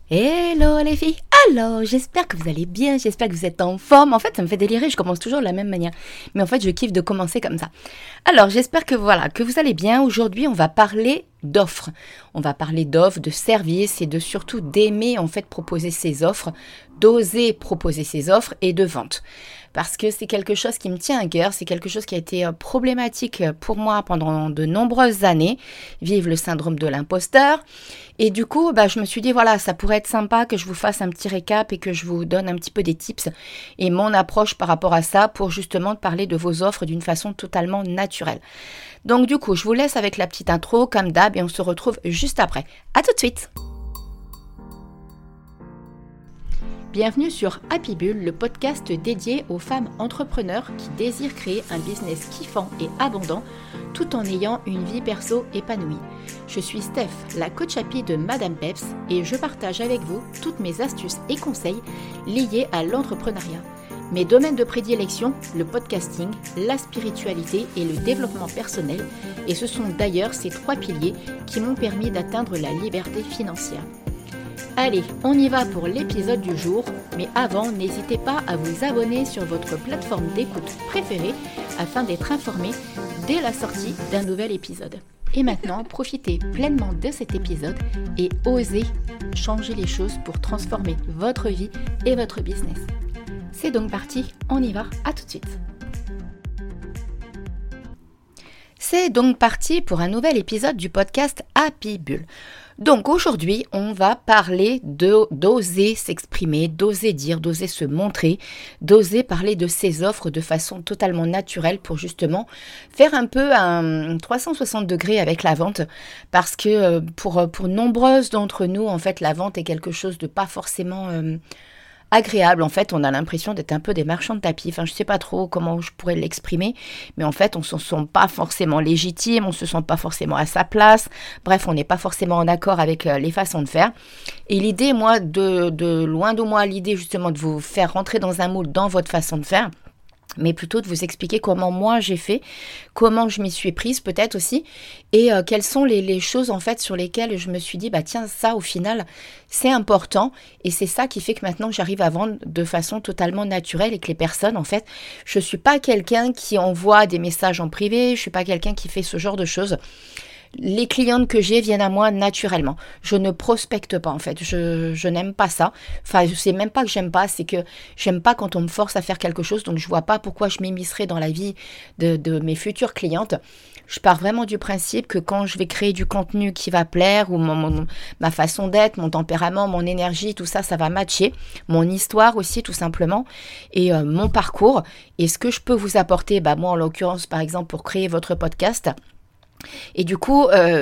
Hello les filles, alors j'espère que vous allez bien, j'espère que vous êtes en forme. En fait ça me fait délirer, je commence toujours de la même manière. Mais en fait je kiffe de commencer comme ça. Alors j'espère que que vous allez bien. Aujourd'hui on va parler d'offres. On va parler d'offres, de services et de surtout d'aimer en fait proposer ses offres, d'oser proposer ses offres et de vente. Parce que c'est quelque chose qui me tient à cœur, c'est quelque chose qui a été problématique pour moi pendant de nombreuses années. Vive le syndrome de l'imposteur. Et du coup, je me suis dit, voilà, ça pourrait être sympa que je vous fasse un petit récap et que je vous donne un petit peu des tips et mon approche par rapport à ça pour justement parler de vos offres d'une façon totalement naturelle. Donc du coup, je vous laisse avec la petite intro comme d'hab et on se retrouve juste après. À tout de suite! Bienvenue sur Happy Bull, le podcast dédié aux femmes entrepreneurs qui désirent créer un business kiffant et abondant tout en ayant une vie perso épanouie. Je suis Steph, la coach happy de Madame Peps et je partage avec vous toutes mes astuces et conseils liés à l'entrepreneuriat. Mes domaines de prédilection, le podcasting, la spiritualité et le développement personnel, et ce sont d'ailleurs ces trois piliers qui m'ont permis d'atteindre la liberté financière. Allez, on y va pour l'épisode du jour, mais avant, n'hésitez pas à vous abonner sur votre plateforme d'écoute préférée afin d'être informé dès la sortie d'un nouvel épisode. Et maintenant, profitez pleinement de cet épisode et osez changer les choses pour transformer votre vie et votre business. C'est donc parti, on y va, à tout de suite. C'est donc parti pour un nouvel épisode du podcast Happy Bull. Donc aujourd'hui, on va parler d'oser s'exprimer, d'oser dire, d'oser se montrer, d'oser parler de ses offres de façon totalement naturelle pour justement faire un peu un 360 degrés avec la vente parce que pour nombreuses d'entre nous, en fait, la vente est quelque chose de pas forcément agréable. En fait, on a l'impression d'être un peu des marchands de tapis. Enfin, je sais pas trop comment je pourrais l'exprimer, mais en fait, on se sent pas forcément légitime, on se sent pas forcément à sa place. Bref, on n'est pas forcément en accord avec les façons de faire. Et l'idée, moi, de loin de moi, l'idée justement de vous faire rentrer dans un moule dans votre façon de faire, mais plutôt de vous expliquer comment moi j'ai fait, comment je m'y suis prise peut-être aussi, et quelles sont les choses en fait sur lesquelles je me suis dit, tiens, ça au final, c'est important, et c'est ça qui fait que maintenant j'arrive à vendre de façon totalement naturelle, et que les personnes, en fait, je suis pas quelqu'un qui envoie des messages en privé, je suis pas quelqu'un qui fait ce genre de choses. Les clientes que j'ai viennent à moi naturellement. Je ne prospecte pas en fait. Je n'aime pas ça. Enfin, c'est même pas que j'aime pas, c'est que j'aime pas quand on me force à faire quelque chose. Donc, je vois pas pourquoi je m'immiscerais dans la vie de mes futures clientes. Je pars vraiment du principe que quand je vais créer du contenu qui va plaire ou ma façon d'être, mon tempérament, mon énergie, tout ça, ça va matcher. Mon histoire aussi, tout simplement. Et mon parcours. Et ce que je peux vous apporter, moi en l'occurrence, par exemple, pour créer votre podcast. Et du coup,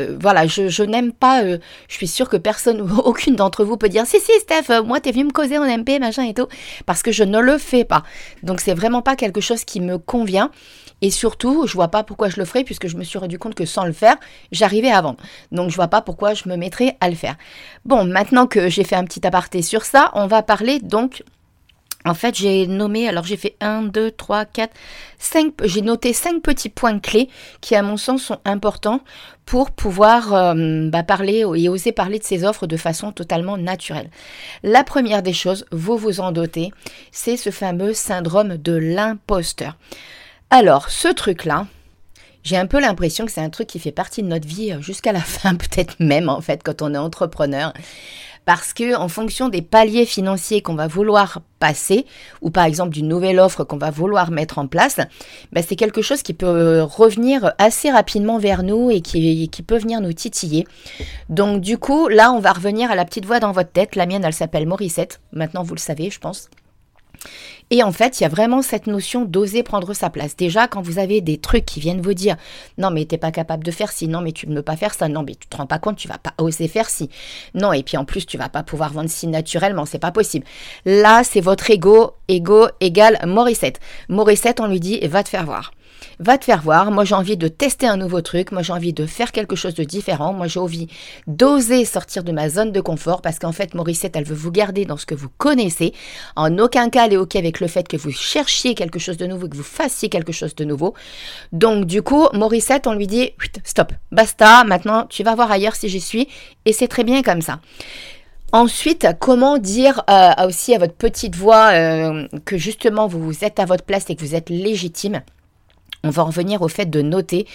je n'aime pas, je suis sûre que aucune d'entre vous peut dire « Si, Steph, moi t'es venu me causer en MP, machin et tout », parce que je ne le fais pas. Donc c'est vraiment pas quelque chose qui me convient. Et surtout, je vois pas pourquoi je le ferais, puisque je me suis rendu compte que sans le faire, j'arrivais à vendre. Donc je vois pas pourquoi je me mettrais à le faire. Bon, maintenant que j'ai fait un petit aparté sur ça, on va parler donc... En fait, j'ai fait 1, 2, 3, 4, 5, j'ai noté 5 petits points clés qui, à mon sens, sont importants pour pouvoir parler et oser parler de ces offres de façon totalement naturelle. La première des choses, vous vous en doutez, c'est ce fameux syndrome de l'imposteur. Alors, ce truc-là, j'ai un peu l'impression que c'est un truc qui fait partie de notre vie jusqu'à la fin, peut-être même, en fait, quand on est entrepreneur. Parce que en fonction des paliers financiers qu'on va vouloir passer, ou par exemple d'une nouvelle offre qu'on va vouloir mettre en place, c'est quelque chose qui peut revenir assez rapidement vers nous et qui peut venir nous titiller. Donc du coup, là, on va revenir à la petite voix dans votre tête. La mienne, elle s'appelle Morissette. Maintenant, vous le savez, je pense. Et en fait, il y a vraiment cette notion d'oser prendre sa place. Déjà, quand vous avez des trucs qui viennent vous dire « Non, mais t'es pas capable de faire ci. Non, mais tu ne peux pas faire ça. Non, mais tu te rends pas compte, tu vas pas oser faire ci. Non, et puis en plus, tu vas pas pouvoir vendre ci naturellement. C'est pas possible. » Là, c'est votre ego égale Morissette. Morissette, on lui dit « Va te faire voir. » Va te faire voir, moi j'ai envie de tester un nouveau truc, moi j'ai envie de faire quelque chose de différent, moi j'ai envie d'oser sortir de ma zone de confort parce qu'en fait Morissette elle veut vous garder dans ce que vous connaissez, en aucun cas elle est ok avec le fait que vous cherchiez quelque chose de nouveau, que vous fassiez quelque chose de nouveau, donc du coup Morissette on lui dit stop, basta, maintenant tu vas voir ailleurs si j'y suis et c'est très bien comme ça. Ensuite, comment dire aussi à votre petite voix que justement vous êtes à votre place et que vous êtes légitime. On va en revenir au fait de noter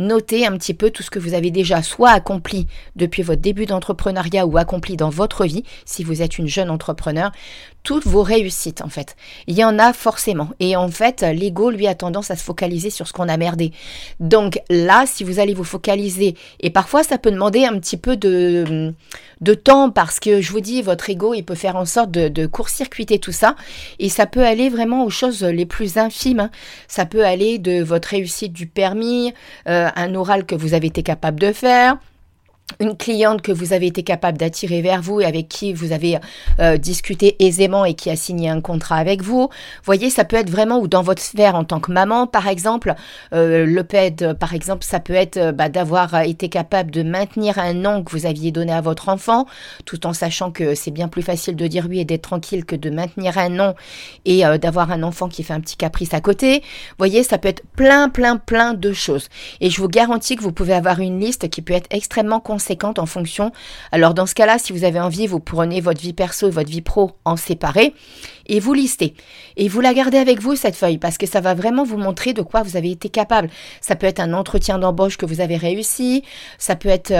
un petit peu tout ce que vous avez déjà soit accompli depuis votre début d'entrepreneuriat ou accompli dans votre vie, si vous êtes une jeune entrepreneur, toutes vos réussites en fait. Il y en a forcément. Et en fait, l'ego, lui, a tendance à se focaliser sur ce qu'on a merdé. Donc là, si vous allez vous focaliser, et parfois ça peut demander un petit peu de temps parce que je vous dis, votre ego, il peut faire en sorte de court-circuiter tout ça. Et ça peut aller vraiment aux choses les plus infimes. Hein. Ça peut aller de votre réussite du permis, un oral que vous avez été capable de faire, une cliente que vous avez été capable d'attirer vers vous et avec qui vous avez discuté aisément et qui a signé un contrat avec vous. Vous voyez, ça peut être vraiment, ou dans votre sphère en tant que maman, par exemple, le PED, par exemple, ça peut être d'avoir été capable de maintenir un nom que vous aviez donné à votre enfant, tout en sachant que c'est bien plus facile de dire oui et d'être tranquille que de maintenir un nom et d'avoir un enfant qui fait un petit caprice à côté. Vous voyez, ça peut être plein de choses. Et je vous garantis que vous pouvez avoir une liste qui peut être extrêmement conséquente en fonction. Alors dans ce cas-là, si vous avez envie, vous prenez votre vie perso et votre vie pro en séparé et vous listez. Et vous la gardez avec vous, cette feuille, parce que ça va vraiment vous montrer de quoi vous avez été capable. Ça peut être un entretien d'embauche que vous avez réussi, ça peut être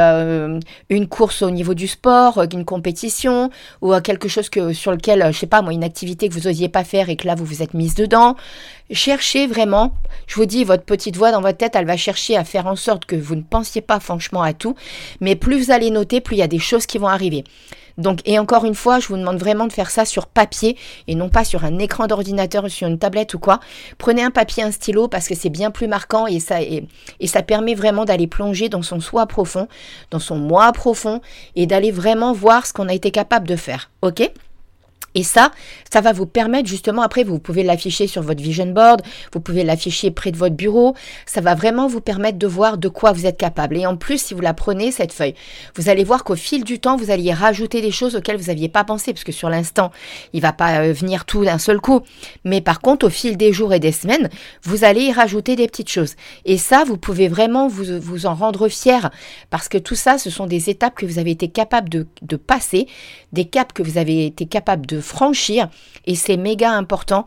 une course au niveau du sport, une compétition, ou quelque chose sur lequel, je sais pas moi, une activité que vous n'osiez pas faire et que là vous vous êtes mise dedans. Cherchez vraiment, je vous dis, votre petite voix dans votre tête, elle va chercher à faire en sorte que vous ne pensiez pas franchement à tout, mais plus vous allez noter, plus il y a des choses qui vont arriver. Donc, et encore une fois, je vous demande vraiment de faire ça sur papier et non pas sur un écran d'ordinateur ou sur une tablette ou quoi. Prenez un papier, un stylo parce que c'est bien plus marquant et ça permet vraiment d'aller plonger dans son soi profond, dans son moi profond et d'aller vraiment voir ce qu'on a été capable de faire. Ok ? Et ça va vous permettre justement, après vous pouvez l'afficher sur votre vision board, vous pouvez l'afficher près de votre bureau, ça va vraiment vous permettre de voir de quoi vous êtes capable. Et en plus, si vous la prenez, cette feuille, vous allez voir qu'au fil du temps, vous allez rajouter des choses auxquelles vous n'aviez pas pensé, parce que sur l'instant, il ne va pas venir tout d'un seul coup. Mais par contre, au fil des jours et des semaines, vous allez y rajouter des petites choses. Et ça, vous pouvez vraiment vous en rendre fier, parce que tout ça, ce sont des étapes que vous avez été capable de passer, des caps que vous avez été capable de franchir et c'est méga important.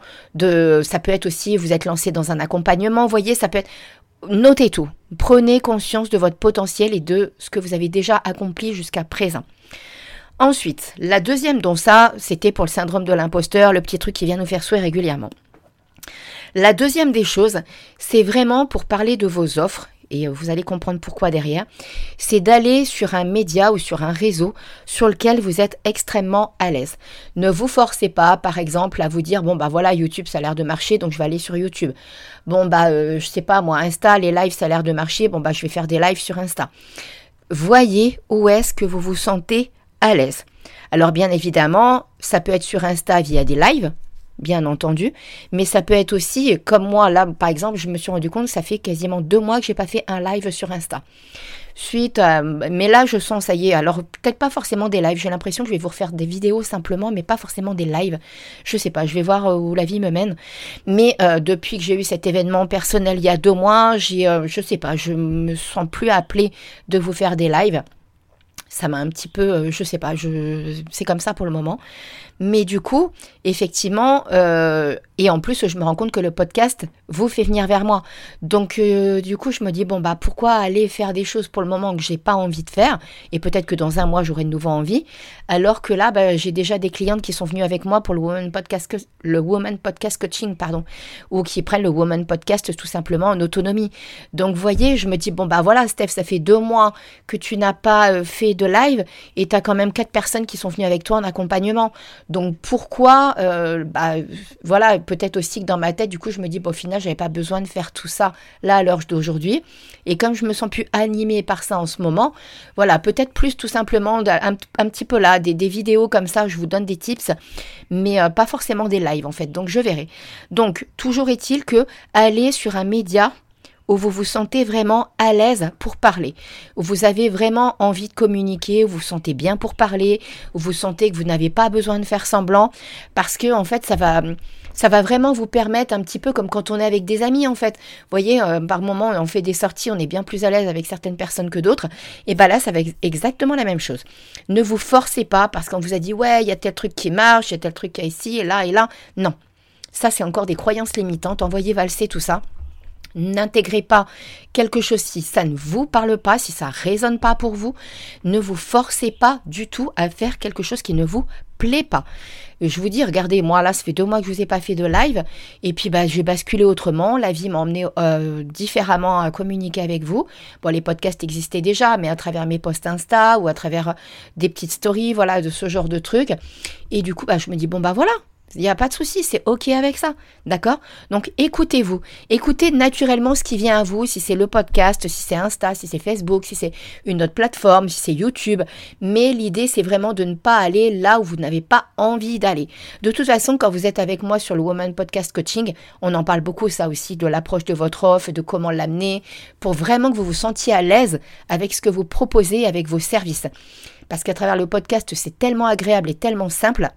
Ça peut être aussi, vous êtes lancé dans un accompagnement, vous voyez, ça peut être, notez tout, prenez conscience de votre potentiel et de ce que vous avez déjà accompli jusqu'à présent. Ensuite, la deuxième, dont ça, c'était pour le syndrome de l'imposteur, le petit truc qui vient nous faire sourire régulièrement. La deuxième des choses, c'est vraiment pour parler de vos offres. Et vous allez comprendre pourquoi derrière, c'est d'aller sur un média ou sur un réseau sur lequel vous êtes extrêmement à l'aise. Ne vous forcez pas, par exemple, à vous dire, bon, voilà, YouTube, ça a l'air de marcher, donc je vais aller sur YouTube. Bon, je sais pas, moi, Insta, les lives, ça a l'air de marcher, je vais faire des lives sur Insta. Voyez où est-ce que vous vous sentez à l'aise. Alors, bien évidemment, ça peut être sur Insta via des lives, bien entendu, mais ça peut être aussi, comme moi, là, par exemple, je me suis rendu compte que ça fait quasiment 2 mois que j'ai pas fait un live sur Insta. Mais là, je sens, ça y est, alors peut-être pas forcément des lives, j'ai l'impression que je vais vous refaire des vidéos simplement, mais pas forcément des lives. Je sais pas, je vais voir où la vie me mène. Mais depuis que j'ai eu cet événement personnel il y a 2 mois, je sais pas, je me sens plus appelée de vous faire des lives. Ça m'a un petit peu, je sais pas, c'est comme ça pour le moment. Mais du coup, effectivement, et en plus, je me rends compte que le podcast vous fait venir vers moi. Donc, du coup, je me dis, pourquoi aller faire des choses pour le moment que j'ai pas envie de faire, et peut-être que dans un mois, j'aurai de nouveau envie, alors que là, j'ai déjà des clientes qui sont venues avec moi pour le Woman Podcast Coaching, ou qui prennent le Woman Podcast tout simplement en autonomie. Donc, vous voyez, je me dis, voilà, Steph, ça fait 2 mois que tu n'as pas fait de live, et tu as quand même 4 personnes qui sont venues avec toi en accompagnement. Donc pourquoi, voilà, peut-être aussi que dans ma tête, du coup, je me dis, au final, j'avais pas besoin de faire tout ça là à l'heure d'aujourd'hui. Et comme je me sens plus animée par ça en ce moment, voilà, peut-être plus tout simplement un petit peu là, des vidéos comme ça, je vous donne des tips, mais pas forcément des lives en fait. Donc je verrai. Donc toujours est-il que aller sur un média où vous vous sentez vraiment à l'aise pour parler, où vous avez vraiment envie de communiquer, où vous vous sentez bien pour parler, où vous sentez que vous n'avez pas besoin de faire semblant, parce que en fait, ça va vraiment vous permettre un petit peu comme quand on est avec des amis en fait. Vous voyez, par moment, on fait des sorties, on est bien plus à l'aise avec certaines personnes que d'autres. Et bien là, ça va être exactement la même chose. Ne vous forcez pas parce qu'on vous a dit, ouais, il y a tel truc qui marche, il y a tel truc qui est ici et là et là. Non. Ça, c'est encore des croyances limitantes. Envoyez valser tout ça. N'intégrez pas quelque chose si ça ne vous parle pas, si ça ne résonne pas pour vous. Ne vous forcez pas du tout à faire quelque chose qui ne vous plaît pas. Je vous dis, regardez, moi là, ça fait 2 mois que je vous ai pas fait de live et puis j'ai basculé autrement. La vie m'a emmené différemment à communiquer avec vous. Bon, les podcasts existaient déjà, mais à travers mes posts Insta ou à travers des petites stories, voilà, de ce genre de trucs. Et du coup, je me dis, bon, voilà. Il n'y a pas de souci, c'est OK avec ça, d'accord? Donc, écoutez-vous. Écoutez naturellement ce qui vient à vous, si c'est le podcast, si c'est Insta, si c'est Facebook, si c'est une autre plateforme, si c'est YouTube. Mais l'idée, c'est vraiment de ne pas aller là où vous n'avez pas envie d'aller. De toute façon, quand vous êtes avec moi sur le Woman Podcast Coaching, on en parle beaucoup, ça aussi, de l'approche de votre offre, de comment l'amener, pour vraiment que vous vous sentiez à l'aise avec ce que vous proposez, avec vos services. Parce qu'à travers le podcast, c'est tellement agréable et tellement simple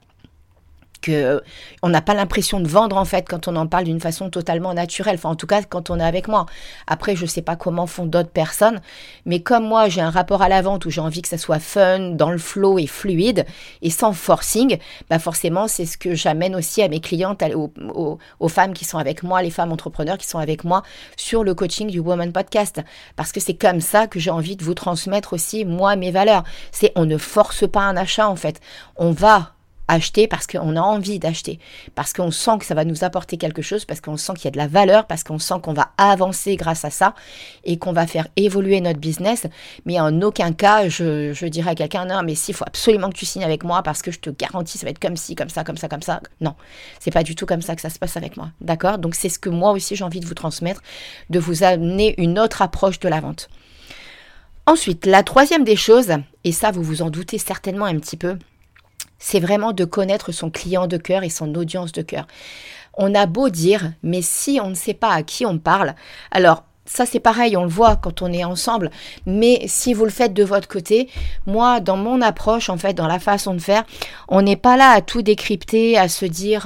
que on n'a pas l'impression de vendre en fait quand on en parle d'une façon totalement naturelle, enfin en tout cas quand on est avec moi. Après je sais pas comment font d'autres personnes, mais comme moi j'ai un rapport à la vente où j'ai envie que ça soit fun, dans le flow et fluide et sans forcing, forcément c'est ce que j'amène aussi à mes clientes, aux femmes qui sont avec moi, les femmes entrepreneurs qui sont avec moi sur le coaching du Woman Podcast, parce que c'est comme ça que j'ai envie de vous transmettre aussi moi mes valeurs. C'est on ne force pas un achat en fait, on va acheter parce qu'on a envie d'acheter, parce qu'on sent que ça va nous apporter quelque chose, parce qu'on sent qu'il y a de la valeur, parce qu'on sent qu'on va avancer grâce à ça et qu'on va faire évoluer notre business. Mais en aucun cas, je dirais à quelqu'un, non, mais si, il faut absolument que tu signes avec moi parce que je te garantis, ça va être comme ci, comme ça, comme ça, comme ça. Non, c'est pas du tout comme ça que ça se passe avec moi. D'accord? Donc, c'est ce que moi aussi, j'ai envie de vous transmettre, de vous amener une autre approche de la vente. Ensuite, la troisième des choses, et ça, vous vous en doutez certainement un petit peu, c'est vraiment de connaître son client de cœur et son audience de cœur. On a beau dire, mais si on ne sait pas à qui on parle, alors ça c'est pareil, on le voit quand on est ensemble, mais si vous le faites de votre côté, moi dans mon approche en fait, dans la façon de faire, on n'est pas là à tout décrypter, à se dire...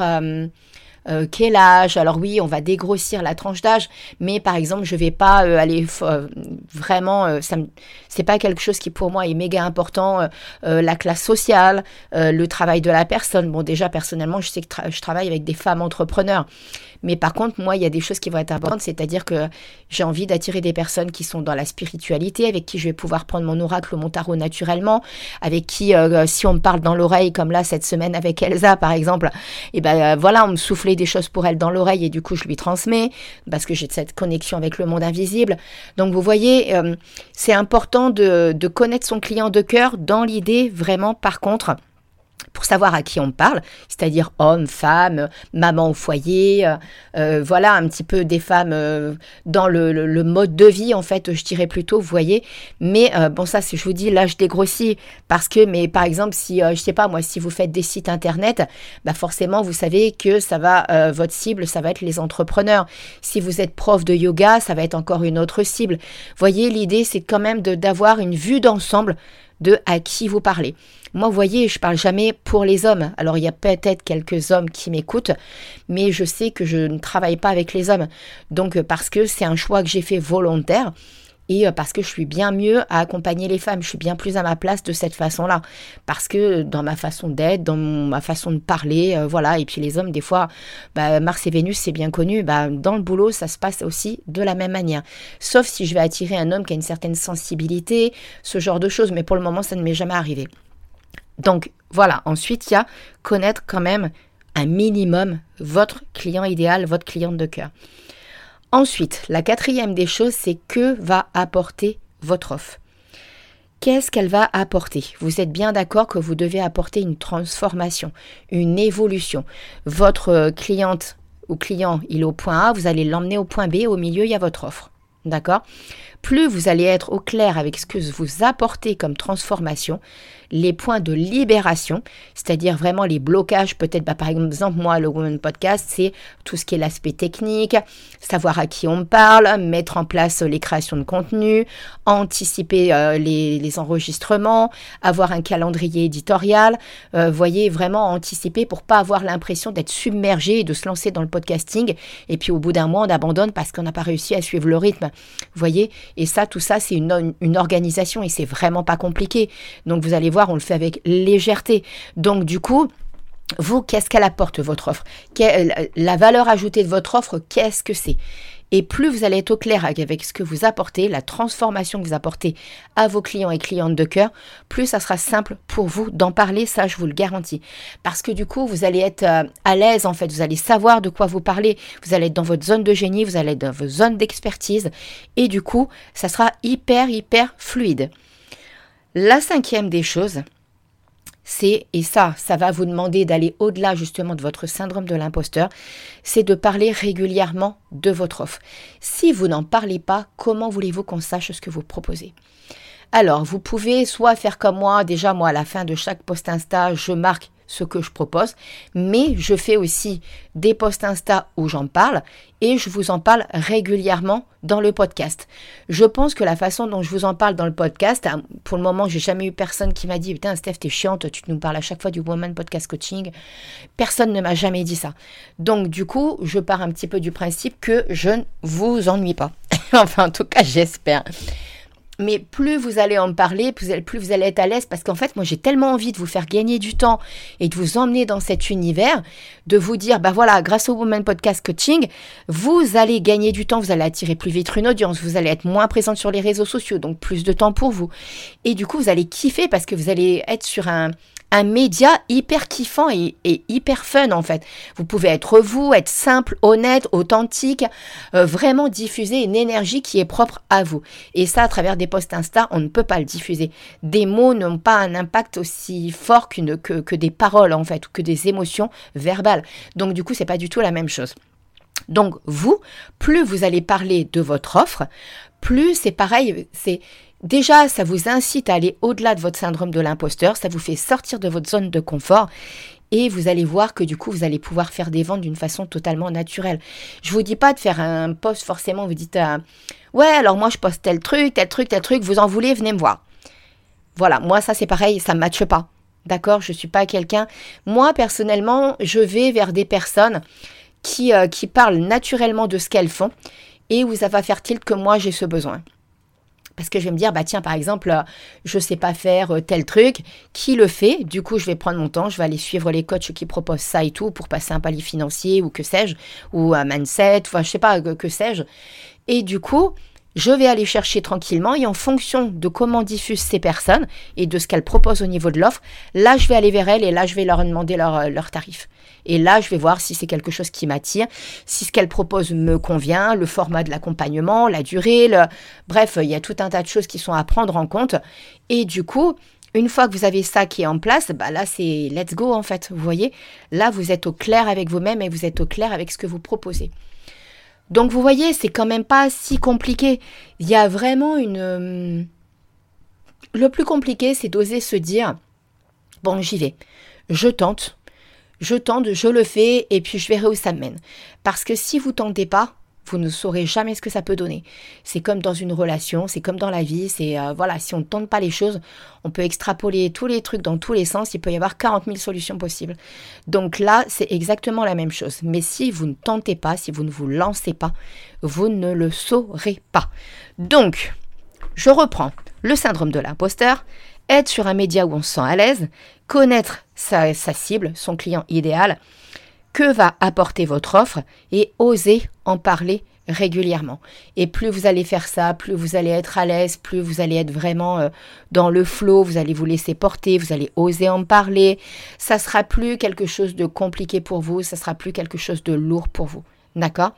quel âge? Alors oui, on va dégrossir la tranche d'âge, mais par exemple, je vais pas aller vraiment, c'est pas quelque chose qui pour moi est méga important. La classe sociale, le travail de la personne. Bon, déjà personnellement, je sais que je travaille avec des femmes entrepreneurs, mais par contre, moi, il y a des choses qui vont être importantes, c'est-à-dire que j'ai envie d'attirer des personnes qui sont dans la spiritualité, avec qui je vais pouvoir prendre mon oracle, mon tarot naturellement, avec qui, si on me parle dans l'oreille, comme là cette semaine avec Elsa par exemple, et voilà, on me soufflait des choses pour elle dans l'oreille et du coup je lui transmets parce que j'ai cette connexion avec le monde invisible. Donc vous voyez, c'est important de connaître son client de cœur dans l'idée vraiment par contre pour savoir à qui on parle, c'est-à-dire hommes, femmes, maman au foyer, voilà un petit peu des femmes dans le mode de vie en fait, je dirais plutôt, vous voyez. Mais bon ça, je vous dis, là je dégrossis parce que, mais par exemple si, je sais pas moi, si vous faites des sites internet, forcément vous savez que ça va, votre cible, ça va être les entrepreneurs. Si vous êtes prof de yoga, ça va être encore une autre cible. Vous voyez, l'idée c'est quand même d'avoir une vue d'ensemble de à qui vous parlez. Moi, vous voyez, je parle jamais pour les hommes. Alors, il y a peut-être quelques hommes qui m'écoutent, mais je sais que je ne travaille pas avec les hommes. Donc, parce que c'est un choix que j'ai fait volontaire et parce que je suis bien mieux à accompagner les femmes. Je suis bien plus à ma place de cette façon-là. Parce que dans ma façon d'être, dans ma façon de parler, voilà. Et puis les hommes, des fois, Mars et Vénus, c'est bien connu. Dans le boulot, ça se passe aussi de la même manière. Sauf si je vais attirer un homme qui a une certaine sensibilité, ce genre de choses. Mais pour le moment, ça ne m'est jamais arrivé. Donc voilà, ensuite il y a connaître quand même un minimum votre client idéal, votre cliente de cœur. Ensuite, la quatrième des choses, c'est que va apporter votre offre. Qu'est-ce qu'elle va apporter? Vous êtes bien d'accord que vous devez apporter une transformation, une évolution. Votre cliente ou client, il est au point A, vous allez l'emmener au point B, au milieu il y a votre offre. D'accord? plus vous allez être au clair avec ce que vous apportez comme transformation, les points de libération, c'est-à-dire vraiment les blocages, peut-être, par exemple, moi, le Woman Podcast, c'est tout ce qui est l'aspect technique, savoir à qui on parle, mettre en place les créations de contenu, anticiper les enregistrements, avoir un calendrier éditorial, voyez, vraiment anticiper pour pas avoir l'impression d'être submergé et de se lancer dans le podcasting, et puis au bout d'un mois, on abandonne parce qu'on n'a pas réussi à suivre le rythme, voyez, et ça, tout ça, c'est une organisation et c'est vraiment pas compliqué, donc vous allez voir, on le fait avec légèreté. Donc du coup, vous, qu'est-ce qu'elle apporte votre offre? La valeur ajoutée de votre offre, qu'est-ce que c'est? Et plus vous allez être au clair avec ce que vous apportez, la transformation que vous apportez à vos clients et clientes de cœur, plus ça sera simple pour vous d'en parler, ça je vous le garantis. Parce que du coup, vous allez être à l'aise en fait, vous allez savoir de quoi vous parlez, vous allez être dans votre zone de génie, vous allez être dans votre zone d'expertise et du coup, ça sera hyper fluide. La 5e des choses, c'est, et ça va vous demander d'aller au-delà justement de votre syndrome de l'imposteur, c'est de parler régulièrement de votre offre. Si vous n'en parlez pas, comment voulez-vous qu'on sache ce que vous proposez? Alors, vous pouvez soit faire comme moi, déjà moi à la fin de chaque post Insta, je marque ce que je propose, mais je fais aussi des posts Insta où j'en parle et je vous en parle régulièrement dans le podcast. Je pense que la façon dont je vous en parle dans le podcast, pour le moment, j'ai jamais eu personne qui m'a dit « Putain, Steph, t'es chiante, tu nous parles à chaque fois du Woman Podcast Coaching. » Personne ne m'a jamais dit ça. Donc, du coup, je pars un petit peu du principe que je ne vous ennuie pas. Enfin, en tout cas, j'espère. Mais plus vous allez en parler, plus vous allez être à l'aise parce qu'en fait, moi, j'ai tellement envie de vous faire gagner du temps et de vous emmener dans cet univers, de vous dire, bah voilà, grâce au Woman Podcast Coaching, vous allez gagner du temps, vous allez attirer plus vite une audience, vous allez être moins présente sur les réseaux sociaux, donc plus de temps pour vous. Et du coup, vous allez kiffer parce que vous allez être sur un média hyper kiffant et hyper fun en fait. Vous pouvez être vous, être simple, honnête, authentique, vraiment diffuser une énergie qui est propre à vous. Et ça, à travers des posts Insta, on ne peut pas le diffuser. Des mots n'ont pas un impact aussi fort que des paroles en fait, ou que des émotions verbales. Donc du coup, c'est pas du tout la même chose. Donc vous, plus vous allez parler de votre offre, plus c'est pareil, déjà, ça vous incite à aller au-delà de votre syndrome de l'imposteur, ça vous fait sortir de votre zone de confort et vous allez voir que du coup, vous allez pouvoir faire des ventes d'une façon totalement naturelle. Je ne vous dis pas de faire un post forcément, vous dites « Ouais, alors moi je poste tel truc, vous en voulez, venez me voir. » Voilà, moi ça c'est pareil, ça ne matche pas. D'accord, je ne suis pas quelqu'un. Moi personnellement, je vais vers des personnes qui parlent naturellement de ce qu'elles font et où ça va faire tilt que moi j'ai ce besoin. Parce que je vais me dire, bah tiens, par exemple, je ne sais pas faire tel truc, qui le fait? Du coup, je vais prendre mon temps, je vais aller suivre les coachs qui proposent ça et tout pour passer un palier financier ou que sais-je, ou un mindset, enfin, je sais pas, que sais-je. Et du coup, je vais aller chercher tranquillement et en fonction de comment diffusent ces personnes et de ce qu'elles proposent au niveau de l'offre, là, je vais aller vers elles et là, je vais leur demander leur tarif. Et là, je vais voir si c'est quelque chose qui m'attire, si ce qu'elle propose me convient, le format de l'accompagnement, la durée, bref, il y a tout un tas de choses qui sont à prendre en compte. Et du coup, une fois que vous avez ça qui est en place, bah là, c'est let's go en fait, vous voyez. Là, vous êtes au clair avec vous-même et vous êtes au clair avec ce que vous proposez. Donc, vous voyez, c'est quand même pas si compliqué. Il y a vraiment le plus compliqué, c'est d'oser se dire, bon, j'y vais, je tente, je le fais et puis je verrai où ça me mène. Parce que si vous tentez pas, vous ne saurez jamais ce que ça peut donner. C'est comme dans une relation, c'est comme dans la vie, voilà, si on ne tente pas les choses, on peut extrapoler tous les trucs dans tous les sens, il peut y avoir 40 000 solutions possibles. Donc là, c'est exactement la même chose. Mais si vous ne tentez pas, si vous ne vous lancez pas, vous ne le saurez pas. Donc, je reprends le syndrome de l'imposteur, être sur un média où on se sent à l'aise, connaître sa cible, son client idéal, que va apporter votre offre et oser en parler régulièrement. Et plus vous allez faire ça, plus vous allez être à l'aise, plus vous allez être vraiment dans le flow, vous allez vous laisser porter, vous allez oser en parler. Ça sera plus quelque chose de compliqué pour vous, ça sera plus quelque chose de lourd pour vous. D'accord ?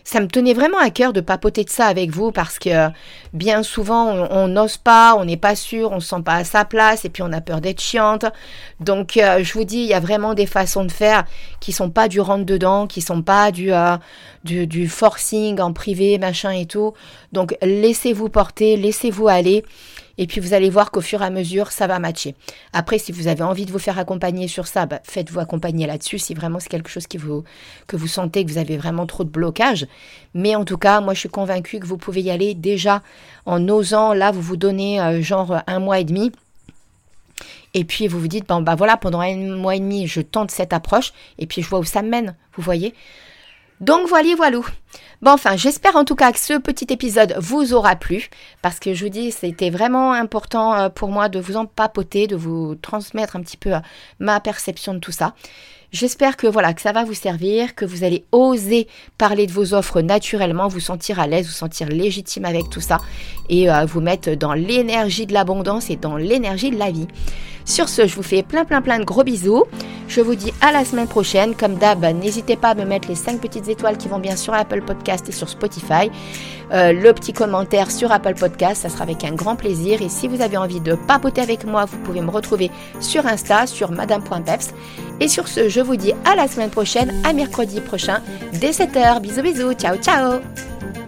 ça me tenait vraiment à cœur de papoter de ça avec vous parce que bien souvent on n'ose pas, on n'est pas sûr, on ne se sent pas à sa place et puis on a peur d'être chiante. Donc je vous dis, il y a vraiment des façons de faire qui sont pas du rentre-dedans, qui sont pas du forcing en privé, machin et tout. Donc laissez-vous porter, laissez-vous aller. Et puis vous allez voir qu'au fur et à mesure, ça va matcher. Après, si vous avez envie de vous faire accompagner sur ça, faites-vous accompagner là-dessus si vraiment c'est quelque chose que vous sentez que vous avez vraiment trop de blocage. Mais en tout cas, moi je suis convaincue que vous pouvez y aller déjà en osant. Là, vous vous donnez genre 1 mois et demi. Et puis vous vous dites, voilà, pendant 1 mois et demi, je tente cette approche. Et puis je vois où ça me mène, vous voyez. Donc voilà. Bon, enfin, j'espère en tout cas que ce petit épisode vous aura plu, parce que je vous dis, c'était vraiment important pour moi de vous en papoter, de vous transmettre un petit peu ma perception de tout ça. J'espère que ça va vous servir, que vous allez oser parler de vos offres naturellement, vous sentir à l'aise, vous sentir légitime avec tout ça et vous mettre dans l'énergie de l'abondance et dans l'énergie de la vie. Sur ce, je vous fais plein de gros bisous. Je vous dis à la semaine prochaine. Comme d'hab, n'hésitez pas à me mettre les 5 petites étoiles qui vont bien sur Apple Podcast et sur Spotify. Le petit commentaire sur Apple Podcast, ça sera avec un grand plaisir. Et si vous avez envie de papoter avec moi, vous pouvez me retrouver sur Insta, sur madame.peps. Et sur ce, je vous dis à la semaine prochaine, à mercredi prochain, dès 7h. Bisous, ciao.